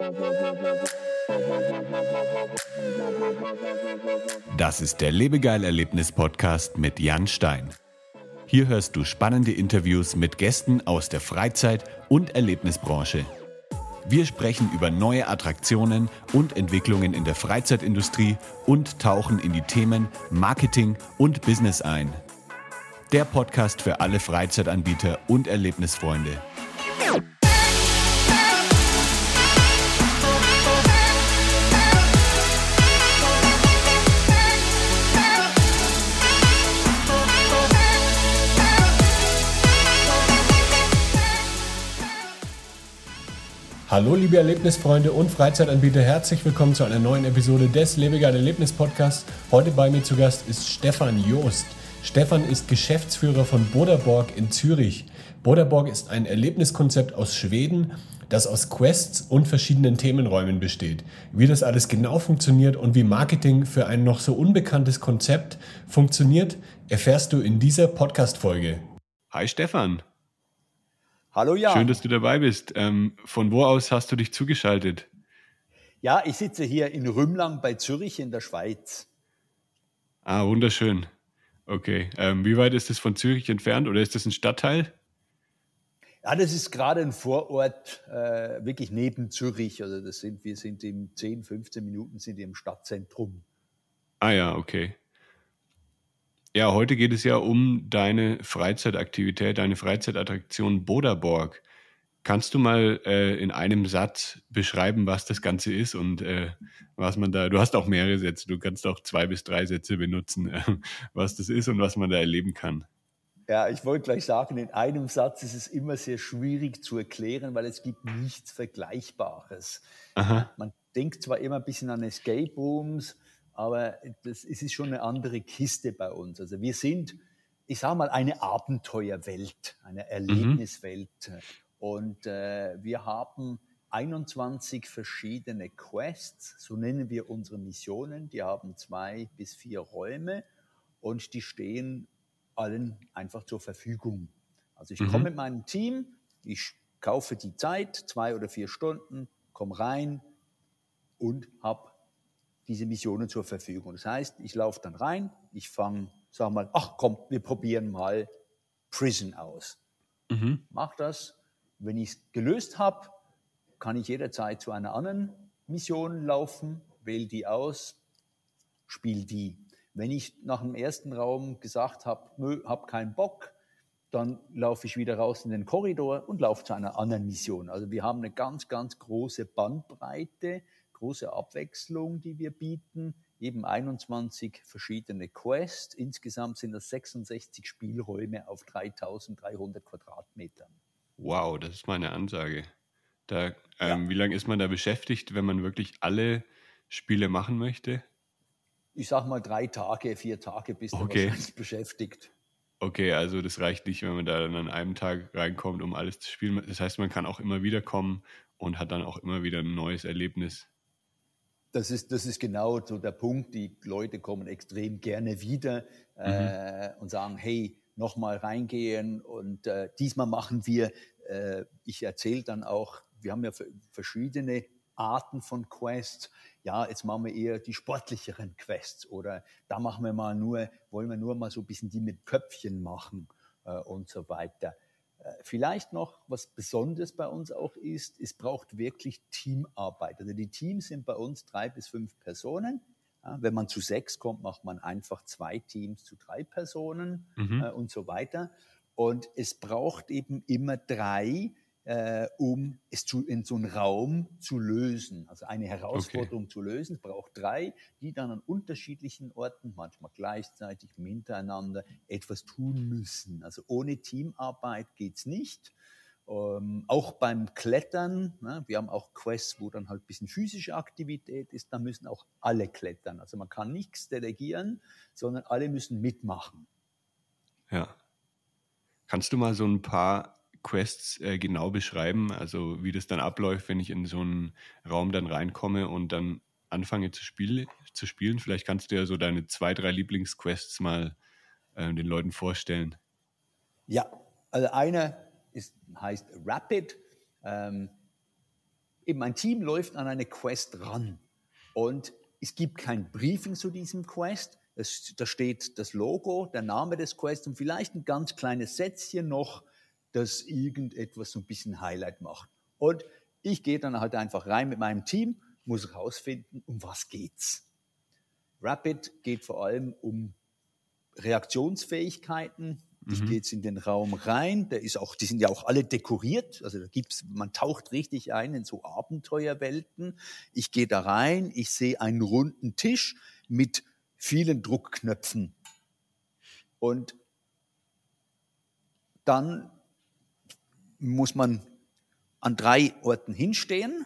Das ist der Lebegeil-Erlebnis-Podcast mit Jan Stein. Hier hörst du spannende Interviews mit Gästen aus der Freizeit- und Erlebnisbranche. Wir sprechen über neue Attraktionen und Entwicklungen in der Freizeitindustrie und tauchen in die Themen Marketing und Business ein. Der Podcast für alle Freizeitanbieter und Erlebnisfreunde. Hallo liebe Erlebnisfreunde und Freizeitanbieter, herzlich willkommen zu einer neuen Episode des Lebegeil Erlebnis Podcasts. Heute bei mir zu Gast ist Stefan Joost. Stefan ist Geschäftsführer von Boderborg in Zürich. Boderborg ist ein Erlebniskonzept aus Schweden, das aus Quests und verschiedenen Themenräumen besteht. Wie das alles genau funktioniert und wie Marketing für ein noch so unbekanntes Konzept funktioniert, erfährst du in dieser Podcast-Folge. Hi Stefan. Hallo Jan. Schön, dass du dabei bist. Von wo aus hast du dich zugeschaltet? Ja, ich sitze hier in Rümlang bei Zürich in der Schweiz. Ah, wunderschön. Okay. Wie weit ist das von Zürich entfernt oder ist das ein Stadtteil? Ja, das ist gerade ein Vorort, wirklich neben Zürich. Also wir sind in 10, 15 Minuten sind wir im Stadtzentrum. Ah ja, okay. Ja, heute geht es ja um deine Freizeitaktivität, deine Freizeitattraktion Boderborg. Kannst du mal in einem Satz beschreiben, was das Ganze ist und was man da, du hast auch mehrere Sätze, du kannst auch 2 bis 3 Sätze benutzen, was das ist und was man da erleben kann. Ja, ich wollte gleich sagen, in einem Satz ist es immer sehr schwierig zu erklären, weil es gibt nichts Vergleichbares. Aha. Man denkt zwar immer ein bisschen an Escape Rooms, aber es ist schon eine andere Kiste bei uns. Also wir sind, ich sage mal, eine Abenteuerwelt, eine Erlebniswelt. Und wir haben 21 verschiedene Quests, so nennen wir unsere Missionen. Die haben 2 bis 4 Räume und die stehen allen einfach zur Verfügung. Also ich komme mit meinem Team, ich kaufe die Zeit, 2 oder 4 Stunden, komme rein und habe diese Missionen zur Verfügung. Das heißt, ich laufe dann rein, ich fange, sag mal, ach komm, wir probieren mal Prison aus. Mach das. Wenn ich es gelöst habe, kann ich jederzeit zu einer anderen Mission laufen, wähle die aus, spiele die. Wenn ich nach dem ersten Raum gesagt habe, nö, habe keinen Bock, dann laufe ich wieder raus in den Korridor und laufe zu einer anderen Mission. Also wir haben eine ganz, ganz große Bandbreite, große Abwechslung, die wir bieten, eben 21 verschiedene Quests. Insgesamt sind das 66 Spielräume auf 3.300 Quadratmetern. Wow, das ist mal eine Ansage. Ja. Wie lange ist man da beschäftigt, wenn man wirklich alle Spiele machen möchte? Ich sag mal 3 Tage, 4 Tage bist du wahrscheinlich beschäftigt. Okay, also das reicht nicht, wenn man da dann an einem Tag reinkommt, um alles zu spielen. Das heißt, man kann auch immer wieder kommen und hat dann auch immer wieder ein neues Erlebnis. Das ist genau so der Punkt. Die Leute kommen extrem gerne wieder und sagen, hey, nochmal reingehen. Und diesmal machen wir, ich erzähle dann auch, wir haben ja verschiedene Arten von Quests. Ja, jetzt machen wir eher die sportlicheren Quests oder da machen wir wollen wir nur mal so ein bisschen die mit Köpfchen machen und so weiter. Vielleicht noch, was Besonderes bei uns auch ist, es braucht wirklich Teamarbeit. Also die Teams sind bei uns 3 bis 5 Personen. Ja, wenn man zu 6 kommt, macht man einfach 2 Teams zu 3 Personen und so weiter. Und es braucht eben immer 3, um es in so einen Raum zu lösen. Also eine Herausforderung zu lösen. Es braucht 3, die dann an unterschiedlichen Orten, manchmal gleichzeitig, hintereinander, etwas tun müssen. Also ohne Teamarbeit geht's nicht. Auch beim Klettern, ne, wir haben auch Quests, wo dann halt ein bisschen physische Aktivität ist, da müssen auch alle klettern. Also man kann nichts delegieren, sondern alle müssen mitmachen. Ja. Kannst du mal so ein paar Quests genau beschreiben, also wie das dann abläuft, wenn ich in so einen Raum dann reinkomme und dann anfange zu spielen? Vielleicht kannst du ja so deine 2, 3 Lieblingsquests mal den Leuten vorstellen. Ja, also eine heißt Rapid. eben ein Team läuft an eine Quest ran und es gibt kein Briefing zu diesem Quest. Da steht das Logo, der Name des Quests und vielleicht ein ganz kleines Sätzchen noch, das irgendetwas so ein bisschen Highlight macht. Und ich gehe dann halt einfach rein mit meinem Team, muss rausfinden, um was geht's. Rapid geht vor allem um Reaktionsfähigkeiten. Ich gehe jetzt in den Raum rein, die sind ja auch alle dekoriert, also man taucht richtig ein in so Abenteuerwelten. Ich gehe da rein, ich sehe einen runden Tisch mit vielen Druckknöpfen. Und dann muss man an 3 Orten hinstehen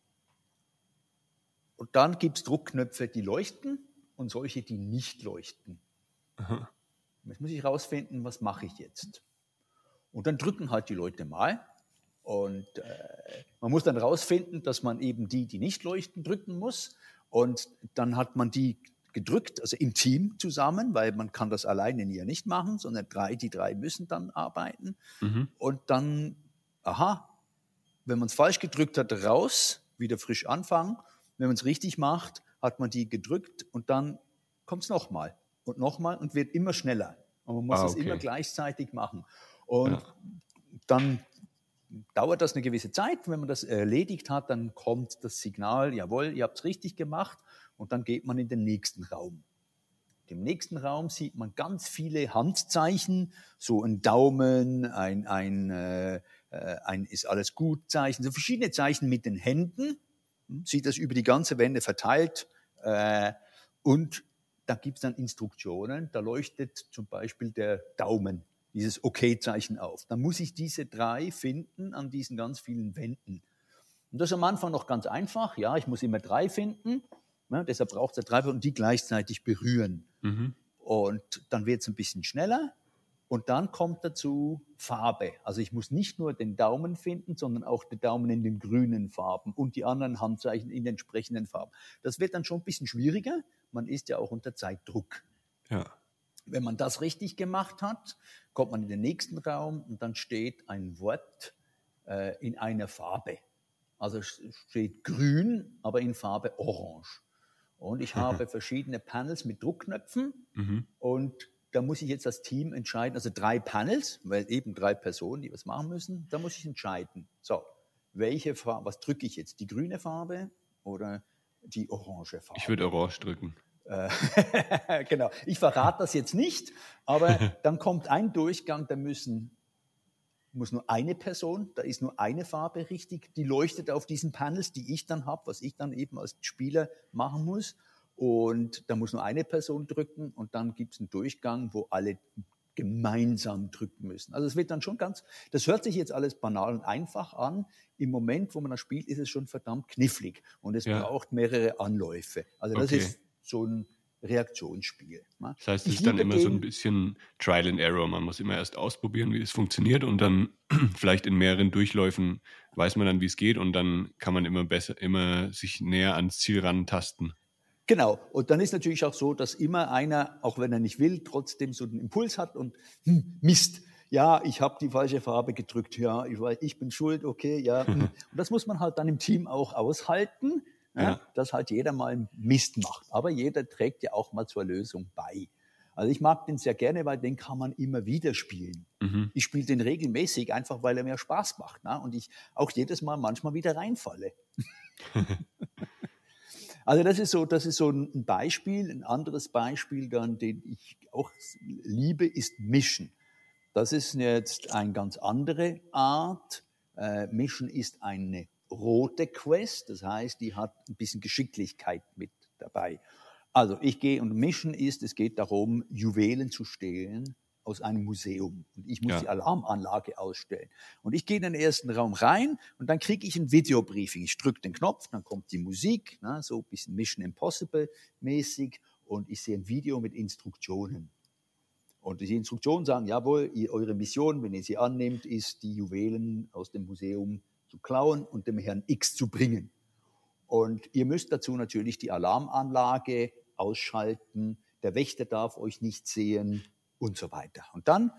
und dann gibt es Druckknöpfe, die leuchten und solche, die nicht leuchten. Aha. Jetzt muss ich rausfinden, was mache ich jetzt? Und dann drücken halt die Leute mal. Und man muss dann rausfinden, dass man eben die nicht leuchten, drücken muss. Und dann hat man die gedrückt, also im Team zusammen, weil man kann das alleine ja nicht machen, sondern die drei müssen dann arbeiten. Mhm. Und dann, wenn man es falsch gedrückt hat, raus, wieder frisch anfangen. Wenn man es richtig macht, hat man die gedrückt und dann kommt es nochmal und wird immer schneller. Und man muss es immer gleichzeitig machen. Und dann dauert das eine gewisse Zeit. Wenn man das erledigt hat, dann kommt das Signal, jawohl, ihr habt es richtig gemacht. Und dann geht man in den nächsten Raum. Im nächsten Raum sieht man ganz viele Handzeichen, so ein Daumen, ein ist alles gut Zeichen, so verschiedene Zeichen mit den Händen. Sieht das über die ganze Wände verteilt. Und da gibt es dann Instruktionen, da leuchtet zum Beispiel der Daumen, dieses OK-Zeichen auf. Dann muss ich diese 3 finden an diesen ganz vielen Wänden. Und das ist am Anfang noch ganz einfach. Ja, ich muss immer 3 finden, deshalb braucht es 3 und die gleichzeitig berühren. Mhm. Und dann wird es ein bisschen schneller und dann kommt dazu Farbe. Also ich muss nicht nur den Daumen finden, sondern auch den Daumen in den grünen Farben und die anderen Handzeichen in den entsprechenden Farben. Das wird dann schon ein bisschen schwieriger. Man ist ja auch unter Zeitdruck. Ja. Wenn man das richtig gemacht hat, kommt man in den nächsten Raum und dann steht ein Wort in einer Farbe. Also steht grün, aber in Farbe orange. Und ich habe verschiedene Panels mit Druckknöpfen und da muss ich jetzt das Team entscheiden, also 3 Panels, weil eben 3 Personen, die was machen müssen, da muss ich entscheiden. So, welche Farbe, was drücke ich jetzt? Die grüne Farbe oder die orange Farbe? Ich würde orange drücken. Genau, ich verrate das jetzt nicht, aber dann kommt ein Durchgang, da muss nur eine Person, da ist nur eine Farbe richtig, die leuchtet auf diesen Panels, die ich dann habe, was ich dann eben als Spieler machen muss. Und da muss nur eine Person drücken und dann gibt es einen Durchgang, wo alle gemeinsam drücken müssen. Also es wird dann schon das hört sich jetzt alles banal und einfach an. Im Moment, wo man das spielt, ist es schon verdammt knifflig und es braucht mehrere Anläufe. Also das ist so ein Reaktionsspiel. Das heißt, es ist dann immer so ein bisschen Trial and Error. Man muss immer erst ausprobieren, wie es funktioniert und dann vielleicht in mehreren Durchläufen weiß man dann, wie es geht und dann kann man immer sich näher ans Ziel rantasten. Genau. Und dann ist natürlich auch so, dass immer einer, auch wenn er nicht will, trotzdem so einen Impuls hat und Mist, ja, ich habe die falsche Farbe gedrückt, ja, ich bin schuld, okay, ja. Und das muss man halt dann im Team auch aushalten, dass halt jeder mal Mist macht. Aber jeder trägt ja auch mal zur Lösung bei. Also ich mag den sehr gerne, weil den kann man immer wieder spielen. Mhm. Ich spiele den regelmäßig, einfach weil er mir Spaß macht. Ne? Und ich auch jedes Mal manchmal wieder reinfalle. Also das ist so ein Beispiel. Ein anderes Beispiel dann, den ich auch liebe, ist Mission. Das ist jetzt eine ganz andere Art. Mission ist eine rote Quest, das heißt, die hat ein bisschen Geschicklichkeit mit dabei. Also Mission ist, es geht darum, Juwelen zu stehlen aus einem Museum. Und ich muss die Alarmanlage ausstellen. Und ich gehe in den ersten Raum rein und dann kriege ich ein Videobriefing. Ich drücke den Knopf, dann kommt die Musik, so ein bisschen Mission Impossible mäßig und ich sehe ein Video mit Instruktionen. Und die Instruktionen sagen, jawohl, eure Mission, wenn ihr sie annehmt, ist, die Juwelen aus dem Museum zu klauen und dem Herrn X zu bringen. Und ihr müsst dazu natürlich die Alarmanlage ausschalten, der Wächter darf euch nicht sehen und so weiter. Und dann,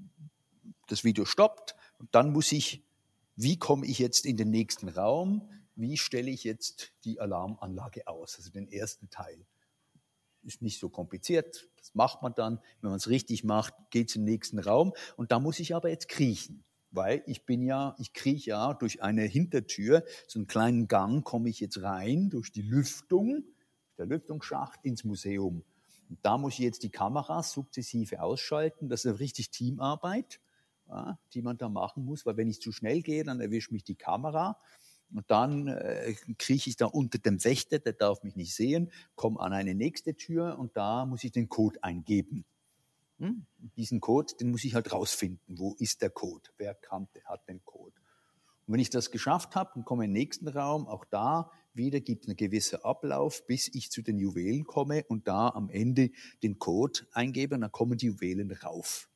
das Video stoppt und dann muss ich, wie komme ich jetzt in den nächsten Raum? wie stelle ich jetzt die Alarmanlage aus, also den ersten Teil. Ist nicht so kompliziert, das macht man dann. Wenn man es richtig macht, geht es in den nächsten Raum. Und da muss ich aber jetzt kriechen, weil ich krieche ja durch eine Hintertür, so einen kleinen Gang komme ich jetzt rein, durch die Lüftung, der Lüftungsschacht ins Museum. Und da muss ich jetzt die Kameras sukzessive ausschalten. Das ist richtig Teamarbeit, ja, die man da machen muss, weil wenn ich zu schnell gehe, dann erwischt mich die Kamera. Und dann krieche ich da unter dem Wächter, der darf mich nicht sehen, komme an eine nächste Tür und da muss ich den Code eingeben. Diesen Code, den muss ich halt rausfinden. Wo ist der Code? Wer hat den Code? Und wenn ich das geschafft habe, dann komme ich in den nächsten Raum. Auch da wieder gibt es einen gewissen Ablauf, bis ich zu den Juwelen komme und da am Ende den Code eingebe und dann kommen die Juwelen raus.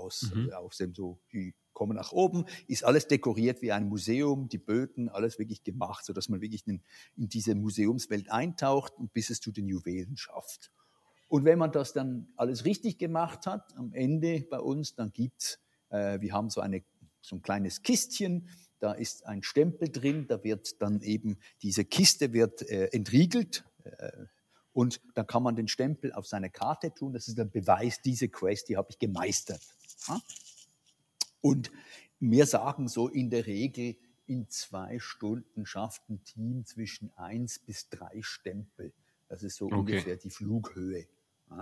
Die kommen nach oben, ist alles dekoriert wie ein Museum, die Böden, alles wirklich gemacht, sodass man wirklich in diese Museumswelt eintaucht und bis es zu den Juwelen schafft. Und wenn man das dann alles richtig gemacht hat, am Ende bei uns, dann gibt's, wir haben so ein kleines Kistchen, da ist ein Stempel drin, da wird dann eben, diese Kiste wird entriegelt und dann kann man den Stempel auf seine Karte tun, das ist ein Beweis, diese Quest, die habe ich gemeistert. Ja? Und wir sagen so in der Regel, in 2 Stunden schafft ein Team zwischen 1 bis 3 Stempel. Das ist so ungefähr die Flughöhe. Ja.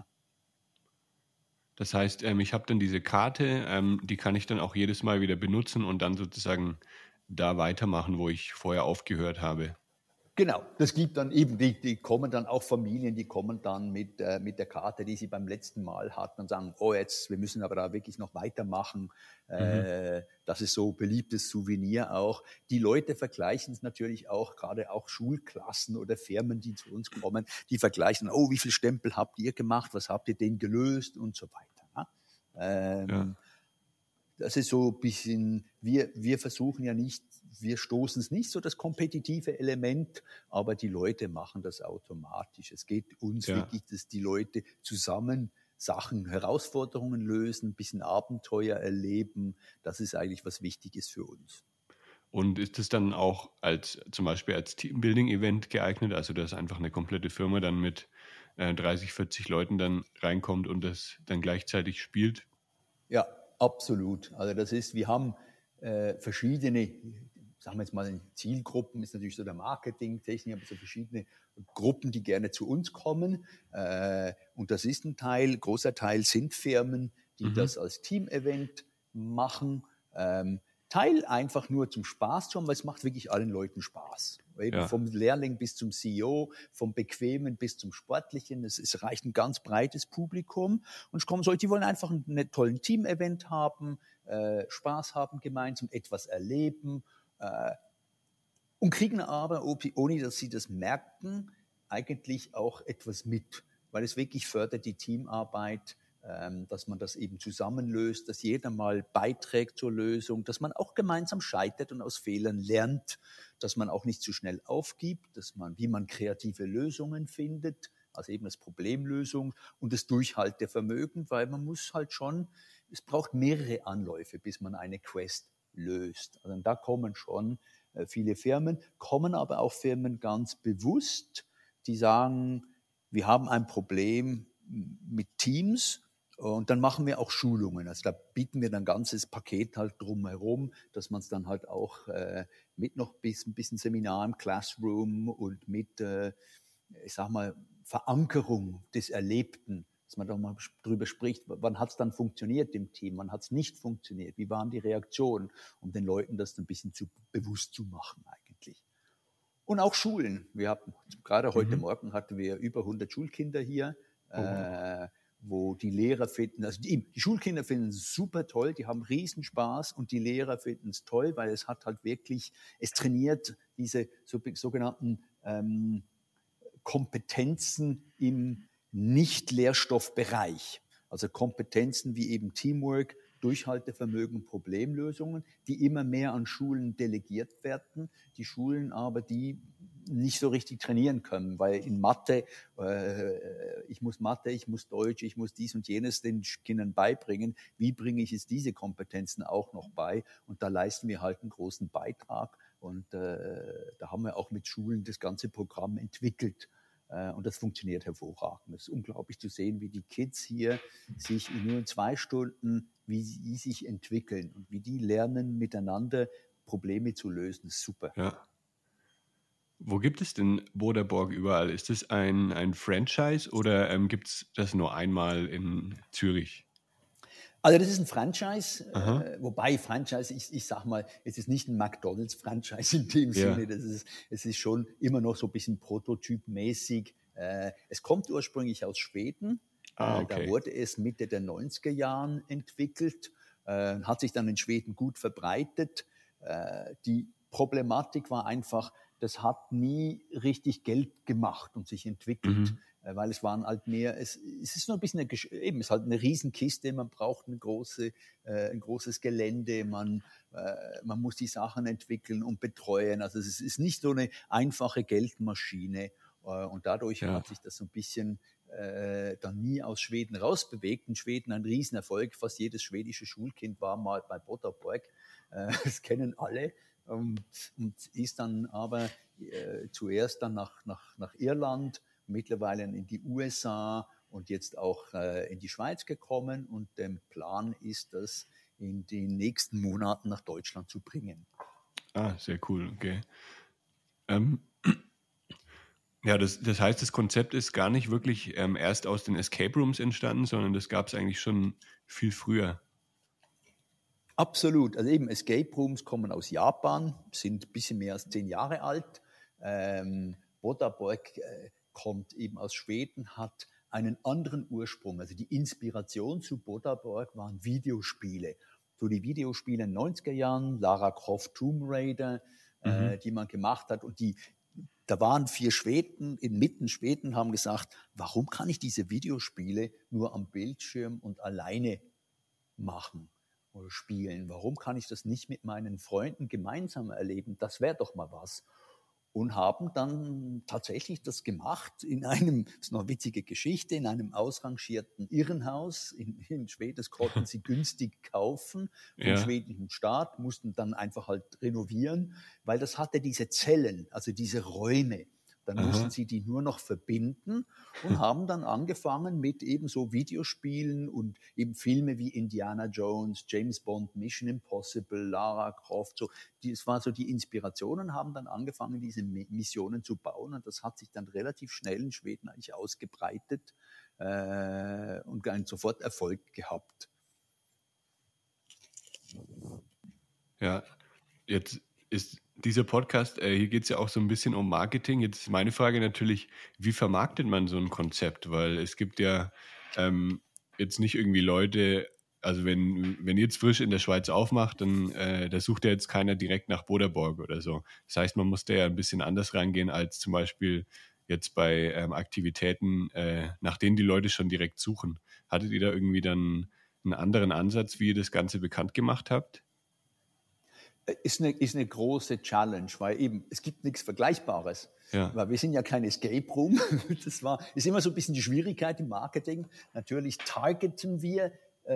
Das heißt, ich habe dann diese Karte, die kann ich dann auch jedes Mal wieder benutzen und dann sozusagen da weitermachen, wo ich vorher aufgehört habe. Genau, das gibt dann eben, die kommen dann auch Familien, die kommen dann mit der Karte, die sie beim letzten Mal hatten und sagen, oh jetzt, wir müssen aber da wirklich noch weitermachen. Das ist so ein beliebtes Souvenir auch. Die Leute vergleichen es natürlich auch, gerade auch Schulklassen oder Firmen, die zu uns kommen, die vergleichen, oh, wie viele Stempel habt ihr gemacht, was habt ihr denn gelöst und so weiter. Ja? Das ist so ein bisschen, wir versuchen ja nicht, wir stoßen es nicht so das kompetitive Element, aber die Leute machen das automatisch. Es geht uns wirklich, dass die Leute zusammen Herausforderungen lösen, ein bisschen Abenteuer erleben. Das ist eigentlich, was wichtig ist für uns. Und ist es dann auch zum Beispiel als Teambuilding-Event geeignet, also dass einfach eine komplette Firma dann mit 30, 40 Leuten dann reinkommt und das dann gleichzeitig spielt? Ja, absolut. Also das ist, wir haben verschiedene, sagen wir jetzt mal, Zielgruppen, ist natürlich so der Marketing-Technik, aber so verschiedene Gruppen, die gerne zu uns kommen. Und das ist ein großer Teil sind Firmen, die das als Team-Event machen. Teil einfach nur zum Spaß zu haben, weil es macht wirklich allen Leuten Spaß. Eben vom Lehrling bis zum CEO, vom Bequemen bis zum Sportlichen. Es reicht ein ganz breites Publikum. Und es kommen Leute, die wollen einfach einen tollen Team-Event haben, Spaß haben gemeinsam, etwas erleben und kriegen aber, ohne dass sie das merken, eigentlich auch etwas mit, weil es wirklich fördert die Teamarbeit, dass man das eben zusammenlöst, dass jeder mal beiträgt zur Lösung, dass man auch gemeinsam scheitert und aus Fehlern lernt, dass man auch nicht zu schnell aufgibt, wie man kreative Lösungen findet, also eben das Problemlösung und das Durchhaltevermögen, weil man muss halt schon, es braucht mehrere Anläufe, bis man eine Quest löst. Also da kommen schon viele Firmen, kommen aber auch Firmen ganz bewusst, die sagen, wir haben ein Problem mit Teams. Und dann machen wir auch Schulungen. Also da bieten wir dann ein ganzes Paket halt drumherum, dass man es dann halt auch mit noch ein bisschen Seminar im Classroom und mit, ich sag mal, Verankerung des Erlebten, dass man doch mal drüber spricht, wann hat es dann funktioniert im Team, wann hat es nicht funktioniert, wie waren die Reaktionen, um den Leuten das ein bisschen bewusst zu machen eigentlich. Und auch Schulen. Wir hatten, gerade heute Morgen hatten wir über 100 Schulkinder hier, wo die Lehrer finden, also die Schulkinder finden es super toll, die haben Riesenspaß und die Lehrer finden es toll, weil es hat halt wirklich, es trainiert diese sogenannten Kompetenzen im Nicht-Lehrstoffbereich. Also Kompetenzen wie eben Teamwork, Durchhaltevermögen, Problemlösungen, die immer mehr an Schulen delegiert werden. Die Schulen aber, die nicht so richtig trainieren können, weil in Mathe, ich muss Deutsch, ich muss dies und jenes den Kindern beibringen. Wie bringe ich jetzt diese Kompetenzen auch noch bei? Und da leisten wir halt einen großen Beitrag, Und da haben wir auch mit Schulen das ganze Programm entwickelt. Und das funktioniert hervorragend. Es ist unglaublich zu sehen, wie die Kids hier sich in nur 2 Stunden, wie sie sich entwickeln und wie die lernen, miteinander Probleme zu lösen. Das ist super. Ja. Wo gibt es denn Boderborg überall? Ist das ein Franchise oder gibt es das nur einmal in Zürich? Also das ist ein Franchise, Aha. wobei Franchise, ich sag mal, es ist nicht ein McDonalds-Franchise in dem Ja. Sinne, es ist schon immer noch so ein bisschen prototypmäßig. Es kommt ursprünglich aus Schweden, da Okay. wurde es Mitte der 90er Jahren entwickelt, hat sich dann in Schweden gut verbreitet. Die Problematik war einfach, das hat nie richtig Geld gemacht und sich entwickelt. Mhm. Weil es waren halt mehr, es ist nur ein bisschen, eben, es ist halt eine Riesenkiste, man braucht ein großes Gelände, man muss die Sachen entwickeln und betreuen. Also es ist nicht so eine einfache Geldmaschine. Und dadurch Ja. hat sich das so ein bisschen dann nie aus Schweden rausbewegt. In Schweden ein Riesenerfolg, fast jedes schwedische Schulkind war mal bei Boderborg. Das kennen alle. Und ist dann aber zuerst dann nach Irland, mittlerweile in die USA und jetzt auch in die Schweiz gekommen. Und der Plan ist, das in den nächsten Monaten nach Deutschland zu bringen. Sehr cool, okay. Ja, das heißt, das Konzept ist gar nicht wirklich erst aus den Escape Rooms entstanden, sondern das gab es eigentlich schon viel früher. Absolut. Also eben Escape Rooms kommen aus Japan, sind ein bisschen mehr als 10 Jahre alt. Boderborg kommt eben aus Schweden, hat einen anderen Ursprung. Also die Inspiration zu Boderborg waren Videospiele. So die Videospiele in den 90er Jahren, Lara Croft Tomb Raider, die man gemacht hat. Und da waren 4 Schweden, inmitten Schweden, haben gesagt, warum kann ich diese Videospiele nur am Bildschirm und alleine machen oder spielen? Warum kann ich das nicht mit meinen Freunden gemeinsam erleben? Das wäre doch mal was. Und haben dann tatsächlich das gemacht in einem, das ist noch eine witzige Geschichte, in einem ausrangierten Irrenhaus in Schweden. Das konnten sie günstig kaufen vom Ja. schwedischen Staat, mussten dann einfach halt renovieren, weil das hatte diese Zellen, also diese Räume. Dann mussten sie die nur noch verbinden und haben dann angefangen mit eben so Videospielen und eben Filme wie Indiana Jones, James Bond, Mission Impossible, Lara Croft. So, das war so die Inspiration und haben dann angefangen, diese Missionen zu bauen. Und das hat sich dann relativ schnell in Schweden eigentlich ausgebreitet und einen sofort Erfolg gehabt. Ja, jetzt ist dieser Podcast, hier geht es ja auch so ein bisschen um Marketing. Jetzt ist meine Frage natürlich, wie vermarktet man so ein Konzept? Weil es gibt ja jetzt nicht irgendwie Leute, also wenn ihr jetzt frisch in der Schweiz aufmacht, dann da sucht ja jetzt keiner direkt nach Boderborg oder so. Das heißt, man muss da ja ein bisschen anders rangehen als zum Beispiel jetzt bei Aktivitäten, nach denen die Leute schon direkt suchen. Hattet ihr da irgendwie dann einen anderen Ansatz, wie ihr das Ganze bekannt gemacht habt? Ist eine große Challenge, weil eben es gibt nichts Vergleichbares. Ja. Weil wir sind ja kein Escape Room. Ist immer so ein bisschen die Schwierigkeit im Marketing. Natürlich targeten wir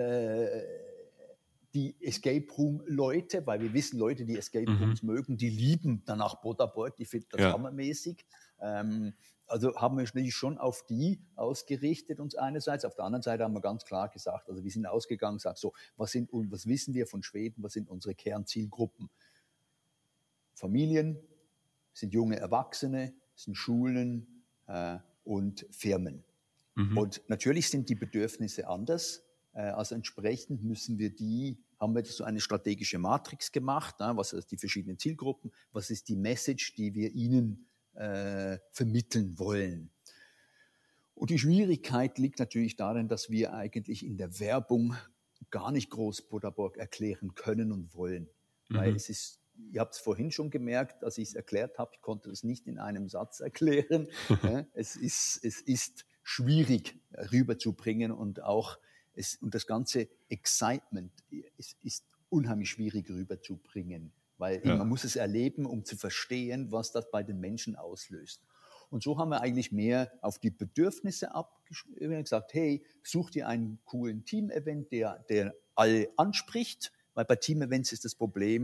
die Escape Room Leute, weil wir wissen, Leute, die Escape Rooms mögen, die lieben danach Boderborg, die finden das hammermäßig. Also haben wir natürlich schon auf die ausgerichtet uns einerseits. Auf der anderen Seite haben wir ganz klar gesagt, also wir sind ausgegangen, gesagt so, was wissen wir von Schweden, was sind unsere Kernzielgruppen? Familien, sind junge Erwachsene, sind Schulen und Firmen. Und natürlich sind die Bedürfnisse anders. Also entsprechend haben wir so eine strategische Matrix gemacht, was sind die verschiedenen Zielgruppen, was ist die Message, die wir ihnen vermitteln wollen. Und die Schwierigkeit liegt natürlich darin, dass wir eigentlich in der Werbung gar nicht groß Boderborg erklären können und wollen. Weil ihr habt es vorhin schon gemerkt, als ich es erklärt habe, ich konnte es nicht in einem Satz erklären. Es ist schwierig rüberzubringen und das ganze Excitement ist unheimlich schwierig rüberzubringen. Weil man muss es erleben, um zu verstehen, was das bei den Menschen auslöst. Und so haben wir eigentlich mehr auf die Bedürfnisse abgeschrieben. Wir haben gesagt, hey, such dir einen coolen Team-Event, der alle anspricht. Weil bei Team-Events ist das Problem,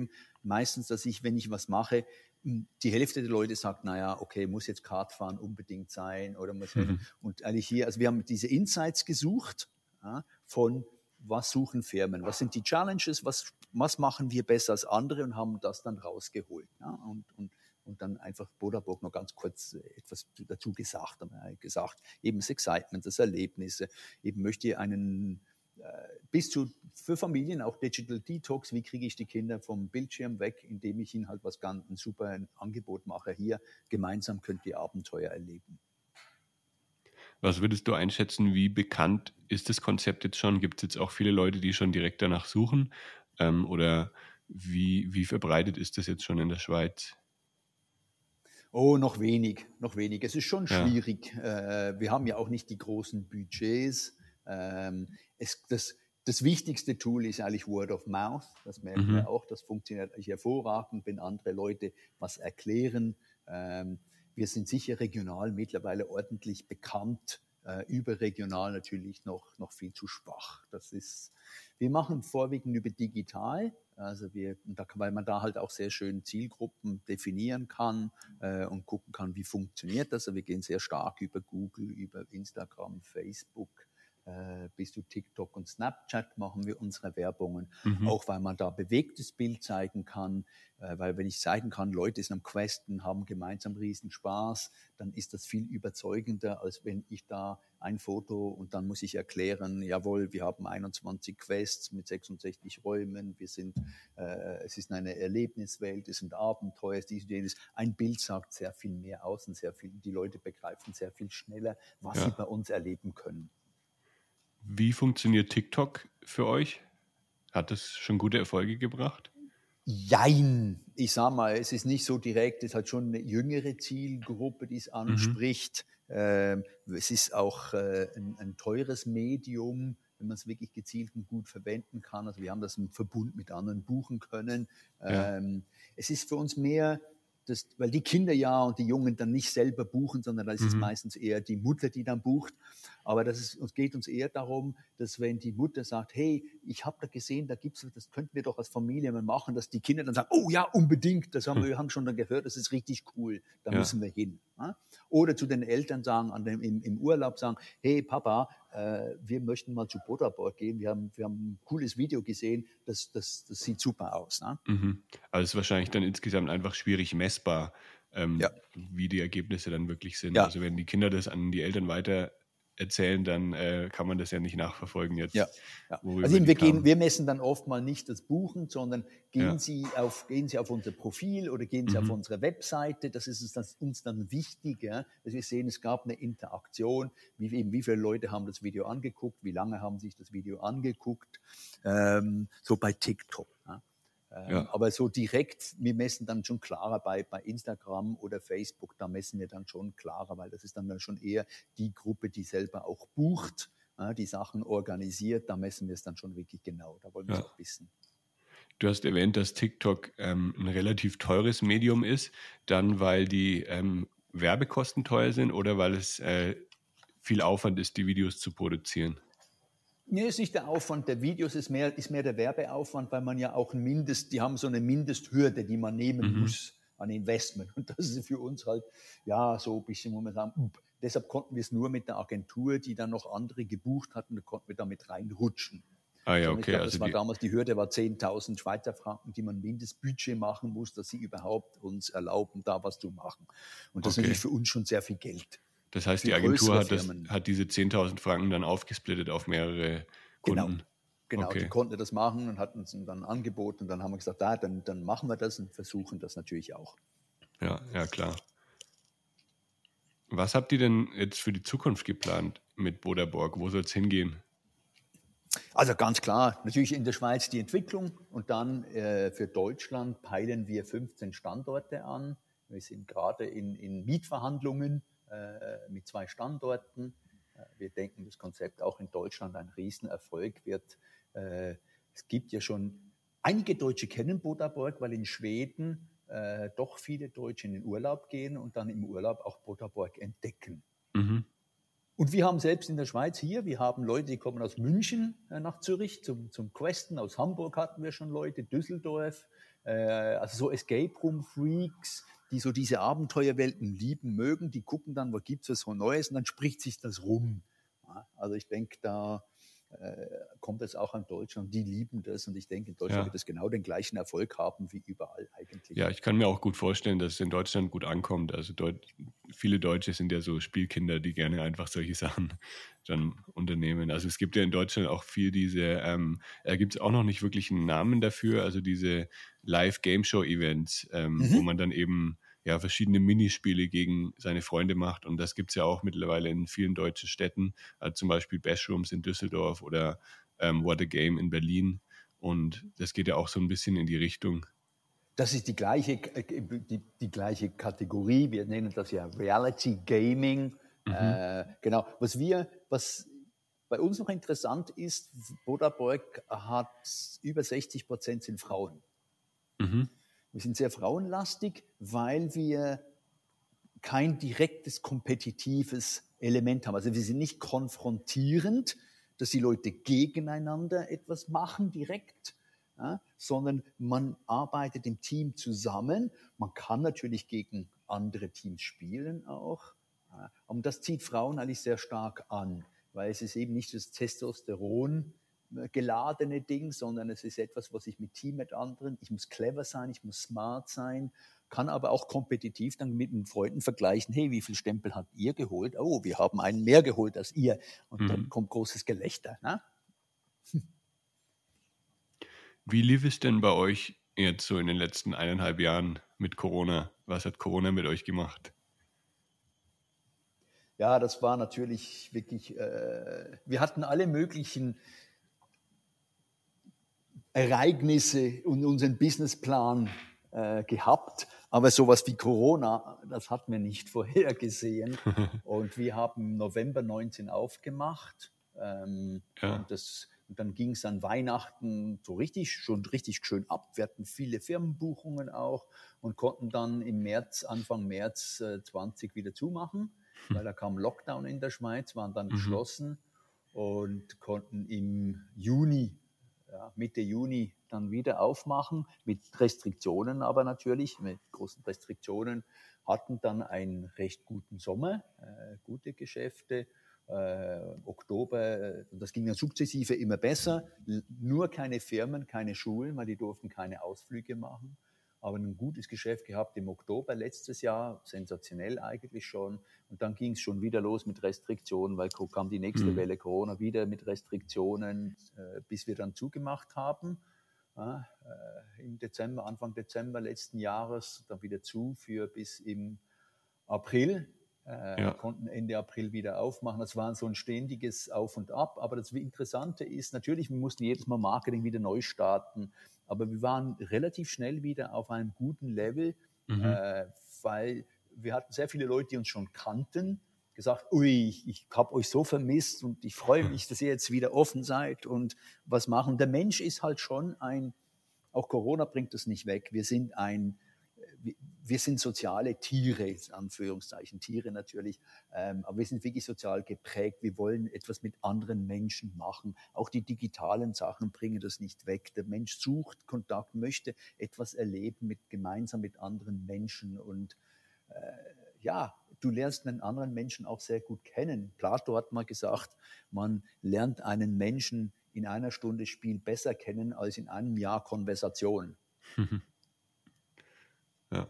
meistens, dass wenn ich was mache, die Hälfte der Leute sagt, naja, okay, muss jetzt Kartfahren unbedingt sein oder muss und eigentlich hier, also wir haben diese Insights gesucht, ja, von was suchen Firmen, was sind die Challenges, was machen wir besser als andere und haben das dann rausgeholt. Ja, und dann einfach Boderborg noch ganz kurz etwas dazu gesagt. Haben wir gesagt, eben das Excitement, das Erlebnis, eben möchte ich bis zu für Familien auch Digital Detox, wie kriege ich die Kinder vom Bildschirm weg, indem ich ihnen halt ein super Angebot mache. Hier gemeinsam könnt ihr Abenteuer erleben. Was würdest du einschätzen, wie bekannt ist das Konzept jetzt schon? Gibt es jetzt auch viele Leute, die schon direkt danach suchen? Oder wie verbreitet ist das jetzt schon in der Schweiz? Oh, noch wenig. Es ist schon schwierig. Wir haben ja auch nicht die großen Budgets. Das wichtigste Tool ist eigentlich Word of Mouth. Das merken wir auch. Das funktioniert eigentlich hervorragend, wenn andere Leute was erklären. Wir sind sicher regional mittlerweile ordentlich bekannt. Überregional natürlich noch viel zu schwach. Wir machen vorwiegend über digital, also weil man da halt auch sehr schön Zielgruppen definieren kann und gucken kann, wie funktioniert das. Also wir gehen sehr stark über Google, über Instagram, Facebook, bis zu TikTok und Snapchat machen wir unsere Werbungen, auch weil man da bewegtes Bild zeigen kann, weil wenn ich zeigen kann, Leute sind am Questen, haben gemeinsam riesen Spaß, dann ist das viel überzeugender, als wenn ich da ein Foto und dann muss ich erklären, jawohl, wir haben 21 Quests mit 66 Räumen, es ist eine Erlebniswelt, es sind Abenteuer, dies und jenes. Ein Bild sagt sehr viel mehr aus und die Leute begreifen sehr viel schneller, was sie bei uns erleben können. Wie funktioniert TikTok für euch? Hat das schon gute Erfolge gebracht? Jein. Ich sag mal, es ist nicht so direkt, es hat schon eine jüngere Zielgruppe, die es anspricht. Es ist auch ein teures Medium, wenn man es wirklich gezielt und gut verwenden kann. Also wir haben das im Verbund mit anderen buchen können. Ja. Es ist für uns mehr, weil die Kinder und die Jungen dann nicht selber buchen, sondern da ist es meistens eher die Mutter, die dann bucht. Aber es geht uns eher darum, dass wenn die Mutter sagt, hey, ich habe da gesehen, das könnten wir doch als Familie mal machen, dass die Kinder dann sagen, oh ja, unbedingt, wir haben schon dann gehört, das ist richtig cool, da müssen wir hin. Ja? Oder zu den Eltern sagen, im Urlaub sagen, hey Papa, wir möchten mal zu Boderborg gehen, wir haben ein cooles Video gesehen, das sieht super aus. Ne? Also es ist wahrscheinlich dann insgesamt einfach schwierig messbar, wie die Ergebnisse dann wirklich sind. Ja. Also wenn die Kinder das an die Eltern weiter erzählen, dann kann man das ja nicht nachverfolgen jetzt. Ja. Also wir messen dann oft mal nicht das Buchen, sondern gehen Sie auf unser Profil oder gehen Sie auf unsere Webseite. Das ist uns dann wichtiger, dass wir sehen, es gab eine Interaktion, wie viele Leute haben das Video angeguckt, wie lange haben sich das Video angeguckt, so bei TikTok. Ja. Aber so direkt, wir messen dann schon klarer bei Instagram oder Facebook, da messen wir dann schon klarer, weil das ist dann schon eher die Gruppe, die selber auch bucht, die Sachen organisiert, da messen wir es dann schon wirklich genau, da wollen wir es auch wissen. Du hast erwähnt, dass TikTok ein relativ teures Medium ist, dann weil die Werbekosten teuer sind oder weil es viel Aufwand ist, die Videos zu produzieren? Nee, es ist nicht der Aufwand der Videos, ist mehr der Werbeaufwand, weil man ja auch die haben so eine Mindesthürde, die man nehmen muss an Investment. Und das ist für uns halt, so ein bisschen, wo wir sagen, deshalb konnten wir es nur mit der Agentur, die dann noch andere gebucht hatten, da konnten wir damit reinrutschen. Okay. Ich glaube, das war damals, die Hürde war 10.000 Schweizer Franken, die man Mindestbudget machen muss, dass sie überhaupt uns erlauben, da was zu machen. Und das ist natürlich für uns schon sehr viel Geld. Das heißt, die Agentur hat diese 10.000 Franken dann aufgesplittet auf mehrere Kunden? Genau, die konnten das machen und hatten uns dann angeboten. Und dann haben wir gesagt, dann machen wir das und versuchen das natürlich auch. Ja, klar. Was habt ihr denn jetzt für die Zukunft geplant mit Boderborg? Wo soll es hingehen? Also ganz klar, natürlich in der Schweiz die Entwicklung und dann für Deutschland peilen wir 15 Standorte an. Wir sind gerade in Mietverhandlungen mit 2 Standorten. Wir denken, das Konzept auch in Deutschland ein Riesenerfolg wird. Es gibt ja schon, einige Deutsche kennen Boderborg, weil in Schweden doch viele Deutsche in den Urlaub gehen und dann im Urlaub auch Boderborg entdecken. Und wir haben selbst in der Schweiz wir haben Leute, die kommen aus München nach Zürich zum Questen. Aus Hamburg hatten wir schon Leute, Düsseldorf. Also so Escape Room Freaks, die so diese Abenteuerwelten lieben mögen, die gucken dann, was gibt es so Neues und dann spricht sich das rum. Ja, also ich denke, da kommt es auch an Deutschland, die lieben das und ich denke, in Deutschland wird es genau den gleichen Erfolg haben wie überall eigentlich. Ja, ich kann mir auch gut vorstellen, dass es in Deutschland gut ankommt. Also viele Deutsche sind ja so Spielkinder, die gerne einfach solche Sachen dann unternehmen. Also es gibt ja in Deutschland auch viel gibt es auch noch nicht wirklich einen Namen dafür, also diese Live-Game-Show-Events, wo man dann eben verschiedene Minispiele gegen seine Freunde macht. Und das gibt es ja auch mittlerweile in vielen deutschen Städten, also zum Beispiel Bashrooms in Düsseldorf oder What a Game in Berlin. Und das geht ja auch so ein bisschen in die Richtung. Das ist die gleiche Kategorie. Wir nennen das ja Reality Gaming. Genau. Was bei uns noch interessant ist, Bodaborg hat über 60% sind Frauen. Wir sind sehr frauenlastig, weil wir kein direktes kompetitives Element haben. Also wir sind nicht konfrontierend, dass die Leute gegeneinander etwas machen direkt, sondern man arbeitet im Team zusammen. Man kann natürlich gegen andere Teams spielen auch. Und das zieht Frauen eigentlich sehr stark an, weil es ist eben nicht das Testosteron geladene Ding, sondern es ist etwas, was ich mit Team mit anderen, ich muss clever sein, ich muss smart sein, kann aber auch kompetitiv dann mit den Freunden vergleichen, hey, wie viel Stempel habt ihr geholt? Oh, wir haben einen mehr geholt als ihr. Und dann kommt großes Gelächter. Ne? Wie lief es denn bei euch jetzt so in den letzten 1,5 Jahren mit Corona? Was hat Corona mit euch gemacht? Ja, das war natürlich wirklich, wir hatten alle möglichen Ereignisse in unseren Businessplan gehabt, aber sowas wie Corona, das hatten wir nicht vorhergesehen. Und wir haben im November 19 aufgemacht und dann ging es an Weihnachten schon richtig schön ab. Wir hatten viele Firmenbuchungen auch und konnten dann Anfang März 20 wieder zumachen, weil da kam Lockdown in der Schweiz, waren dann geschlossen und konnten im Juni, Mitte Juni dann wieder aufmachen, mit Restriktionen aber natürlich, mit großen Restriktionen, hatten dann einen recht guten Sommer, gute Geschäfte. Oktober, das ging dann sukzessive immer besser, nur keine Firmen, keine Schulen, weil die durften keine Ausflüge machen, aber ein gutes Geschäft gehabt im Oktober letztes Jahr, sensationell eigentlich schon, und dann ging es schon wieder los mit Restriktionen, weil kam die nächste Welle Corona wieder mit Restriktionen, bis wir dann zugemacht haben, im Dezember, Anfang Dezember letzten Jahres, dann wieder zu bis im April. Konnten Ende April wieder aufmachen. Das war so ein ständiges Auf und Ab. Aber das Interessante ist, natürlich, wir mussten jedes Mal Marketing wieder neu starten. Aber wir waren relativ schnell wieder auf einem guten Level, weil wir hatten sehr viele Leute, die uns schon kannten, gesagt, ui, ich habe euch so vermisst und ich freue mich, dass ihr jetzt wieder offen seid und was machen. Der Mensch ist halt schon auch Corona bringt das nicht weg. Wir sind soziale Tiere, in Anführungszeichen Tiere natürlich, aber wir sind wirklich sozial geprägt. Wir wollen etwas mit anderen Menschen machen. Auch die digitalen Sachen bringen das nicht weg. Der Mensch sucht Kontakt, möchte etwas erleben gemeinsam mit anderen Menschen. Und du lernst einen anderen Menschen auch sehr gut kennen. Plato hat mal gesagt, man lernt einen Menschen in einer Stunde Spiel besser kennen als in einem Jahr Konversation. Ja.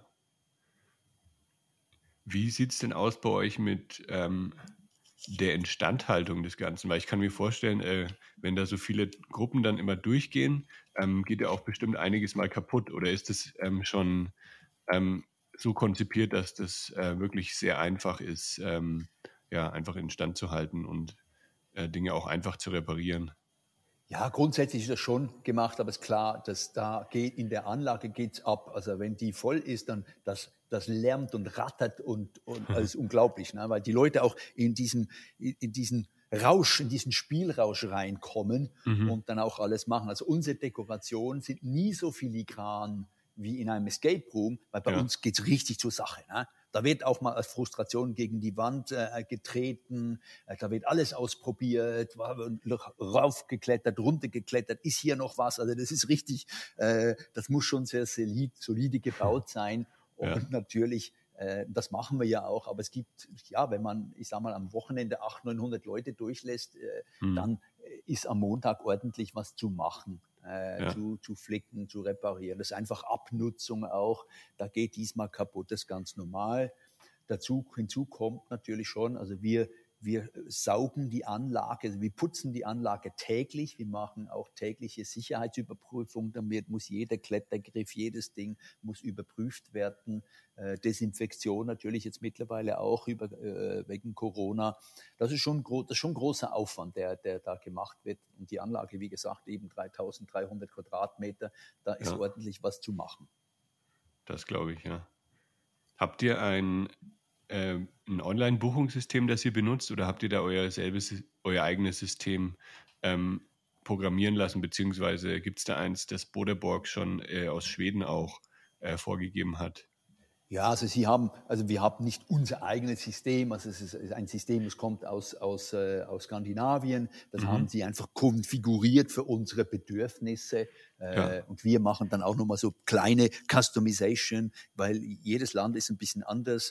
Wie sieht es denn aus bei euch mit der Instandhaltung des Ganzen? Weil ich kann mir vorstellen, wenn da so viele Gruppen dann immer durchgehen, geht ja auch bestimmt einiges mal kaputt. Oder ist es schon so konzipiert, dass das wirklich sehr einfach ist, einfach instand zu halten und Dinge auch einfach zu reparieren? Ja, grundsätzlich ist das schon gemacht, aber es ist klar, dass in der Anlage geht's ab. Also wenn die voll ist, dann das lärmt und rattert und alles unglaublich, ne? Weil die Leute auch in diesen Rausch, in diesen Spielrausch reinkommen und dann auch alles machen. Also unsere Dekorationen sind nie so filigran wie in einem Escape Room, weil bei uns geht's richtig zur Sache, ne? Da wird auch mal als Frustration gegen die Wand getreten, da wird alles ausprobiert, raufgeklettert, runtergeklettert, ist hier noch was? Also das ist richtig, das muss schon sehr solide gebaut sein. Und natürlich, das machen wir ja auch, aber es gibt, ja, wenn man, ich sag mal, am Wochenende 800, 900 Leute durchlässt, dann ist am Montag ordentlich was zu machen, zu flicken, zu reparieren. Das ist einfach Abnutzung auch, da geht diesmal kaputt, das ist ganz normal. Hinzu kommt natürlich schon, also wir saugen die Anlage, also wir putzen die Anlage täglich, wir machen auch tägliche Sicherheitsüberprüfungen, damit muss jeder Klettergriff, jedes Ding muss überprüft werden. Desinfektion natürlich jetzt mittlerweile auch wegen Corona. Das ist schon ein großer Aufwand, der da gemacht wird. Und die Anlage, wie gesagt, eben 3300 Quadratmeter, da ist ordentlich was zu machen. Das glaube ich, ja. Habt ihr ein Online-Buchungssystem, das ihr benutzt, oder habt ihr da euer eigenes System programmieren lassen, beziehungsweise gibt es da eins, das Boderborg schon aus Schweden auch vorgegeben hat? Ja, also wir haben nicht unser eigenes System, also es ist ein System, das kommt aus Skandinavien, das haben sie einfach konfiguriert für unsere Bedürfnisse und wir machen dann auch nochmal so kleine Customization, weil jedes Land ist ein bisschen anders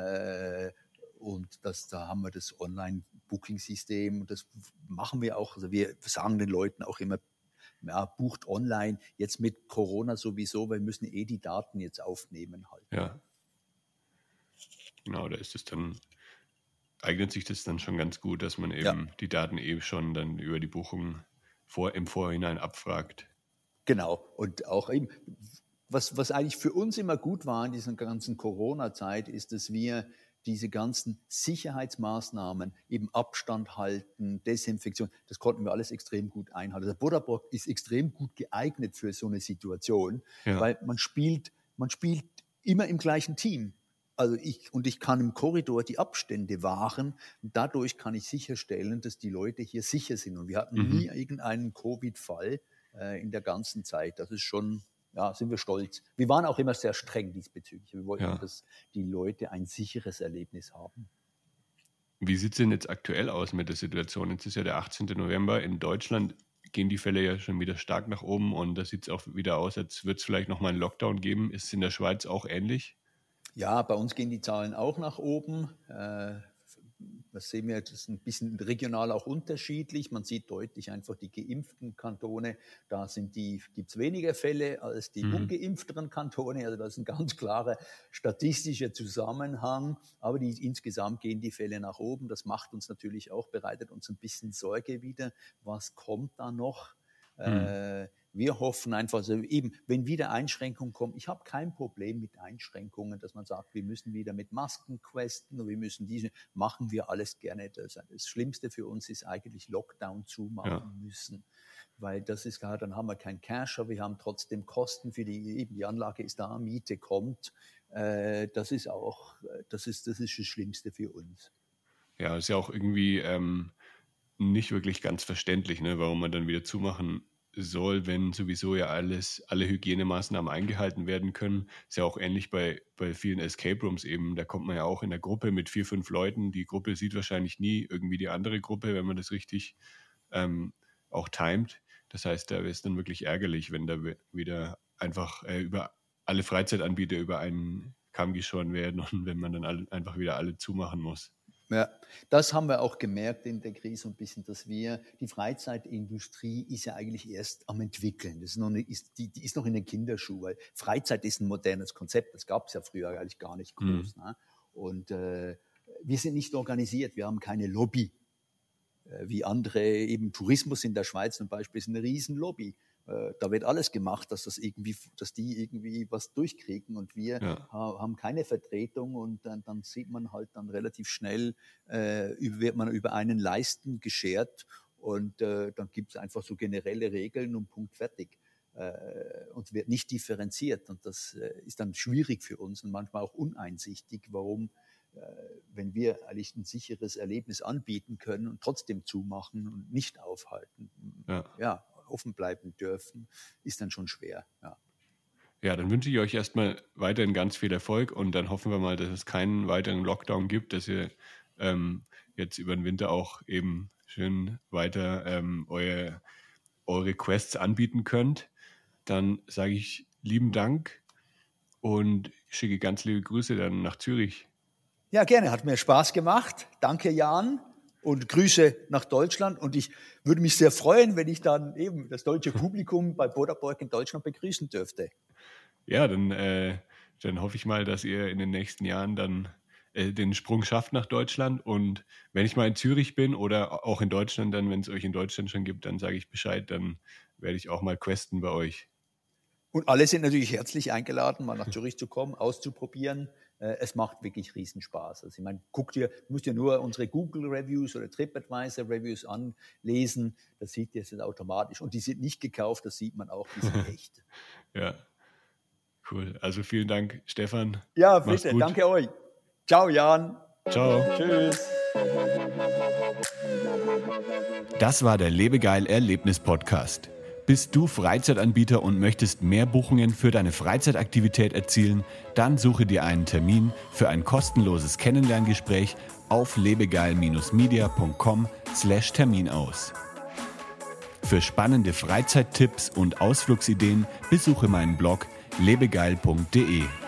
und da haben wir das Online-Booking-System, das machen wir auch, also wir sagen den Leuten auch immer, ja, bucht online, jetzt mit Corona sowieso, weil wir müssen die Daten jetzt aufnehmen halt. Ja, genau, da ist es dann, eignet sich das dann schon ganz gut, dass man eben die Daten schon dann über die Buchung im Vorhinein abfragt. Genau, und auch eben, was eigentlich für uns immer gut war in dieser ganzen Corona-Zeit, ist, dass wir diese ganzen Sicherheitsmaßnahmen, eben Abstand halten, Desinfektion, das konnten wir alles extrem gut einhalten. Der Boderborg ist extrem gut geeignet für so eine Situation, weil man spielt immer im gleichen Team. Also ich kann im Korridor die Abstände wahren und dadurch kann ich sicherstellen, dass die Leute hier sicher sind. Und wir hatten nie irgendeinen Covid-Fall in der ganzen Zeit. Das ist schon, ja, sind wir stolz. Wir waren auch immer sehr streng diesbezüglich. Wir wollten, dass die Leute ein sicheres Erlebnis haben. Wie sieht es denn jetzt aktuell aus mit der Situation? Jetzt ist ja der 18. November. In Deutschland gehen die Fälle ja schon wieder stark nach oben und da sieht es auch wieder aus, als würde es vielleicht nochmal einen Lockdown geben. Ist es in der Schweiz auch ähnlich? Ja, bei uns gehen die Zahlen auch nach oben. Das sehen wir, das ist ein bisschen regional auch unterschiedlich. Man sieht deutlich einfach die geimpften Kantone, da gibt es weniger Fälle als die ungeimpfteren Kantone. Also das ist ein ganz klarer statistischer Zusammenhang. Aber insgesamt gehen die Fälle nach oben. Das macht uns natürlich auch, bereitet uns ein bisschen Sorge wieder. Was kommt da noch? Wir hoffen einfach, also eben, wenn wieder Einschränkungen kommen, ich habe kein Problem mit Einschränkungen, dass man sagt, wir müssen wieder mit Masken questen und wir müssen machen wir alles gerne. Das Schlimmste für uns ist eigentlich Lockdown zumachen müssen, weil das ist klar, dann haben wir kein Cash, aber wir haben trotzdem Kosten für die Anlage ist da, Miete kommt. Das ist das Schlimmste für uns. Ja, ist ja auch irgendwie nicht wirklich ganz verständlich, ne, warum man dann wieder zumachen soll, wenn sowieso ja alle Hygienemaßnahmen eingehalten werden können. Ist ja auch ähnlich bei vielen Escape Rooms eben. Da kommt man ja auch in der Gruppe mit 4, 5 Leuten. Die Gruppe sieht wahrscheinlich nie irgendwie die andere Gruppe, wenn man das richtig auch timet. Das heißt, da wäre es dann wirklich ärgerlich, wenn da wieder einfach über alle Freizeitanbieter über einen Kamm geschoren werden und wenn man dann einfach wieder alle zumachen muss. Ja, das haben wir auch gemerkt in der Krise ein bisschen, dass die Freizeitindustrie ist ja eigentlich erst am entwickeln. Die ist noch in den Kinderschuhen, weil Freizeit ist ein modernes Konzept, das gab es ja früher eigentlich gar nicht groß. Ne? Und wir sind nicht organisiert, wir haben keine Lobby, wie andere, eben Tourismus in der Schweiz zum Beispiel ist eine Riesenlobby. Da wird alles gemacht, dass die irgendwie was durchkriegen und wir haben keine Vertretung und dann sieht man halt dann relativ schnell, wird man über einen Leisten geschert und dann gibt es einfach so generelle Regeln und Punkt fertig. Und wird nicht differenziert und das ist dann schwierig für uns und manchmal auch uneinsichtig, warum wenn wir eigentlich ein sicheres Erlebnis anbieten können und trotzdem zumachen und nicht aufhalten. Ja, offen bleiben dürfen, ist dann schon schwer. Ja. Ja, dann wünsche ich euch erstmal weiterhin ganz viel Erfolg und dann hoffen wir mal, dass es keinen weiteren Lockdown gibt, dass ihr jetzt über den Winter auch eben schön weiter eure Quests anbieten könnt. Dann sage ich lieben Dank und schicke ganz liebe Grüße dann nach Zürich. Ja, gerne. Hat mir Spaß gemacht. Danke, Jan. Und Grüße nach Deutschland. Und ich würde mich sehr freuen, wenn ich dann eben das deutsche Publikum bei Boderborg in Deutschland begrüßen dürfte. Ja, dann hoffe ich mal, dass ihr in den nächsten Jahren dann den Sprung schafft nach Deutschland. Und wenn ich mal in Zürich bin oder auch in Deutschland, dann, wenn es euch in Deutschland schon gibt, dann sage ich Bescheid, dann werde ich auch mal questen bei euch. Und alle sind natürlich herzlich eingeladen, mal nach Zürich zu kommen, auszuprobieren. Es macht wirklich Riesenspaß. Also ich meine, musst dir nur unsere Google-Reviews oder TripAdvisor-Reviews anlesen. Das sieht ihr jetzt automatisch. Und die sind nicht gekauft, das sieht man auch, die sind echt. Ja, cool. Also vielen Dank, Stefan. Ja, bitte, danke euch. Ciao, Jan. Ciao. Tschüss. Das war der Lebegeil Erlebnis-Podcast. Bist du Freizeitanbieter und möchtest mehr Buchungen für deine Freizeitaktivität erzielen? Dann suche dir einen Termin für ein kostenloses Kennenlerngespräch auf lebegeil-media.com/Termin aus. Für spannende Freizeittipps und Ausflugsideen besuche meinen Blog lebegeil.de.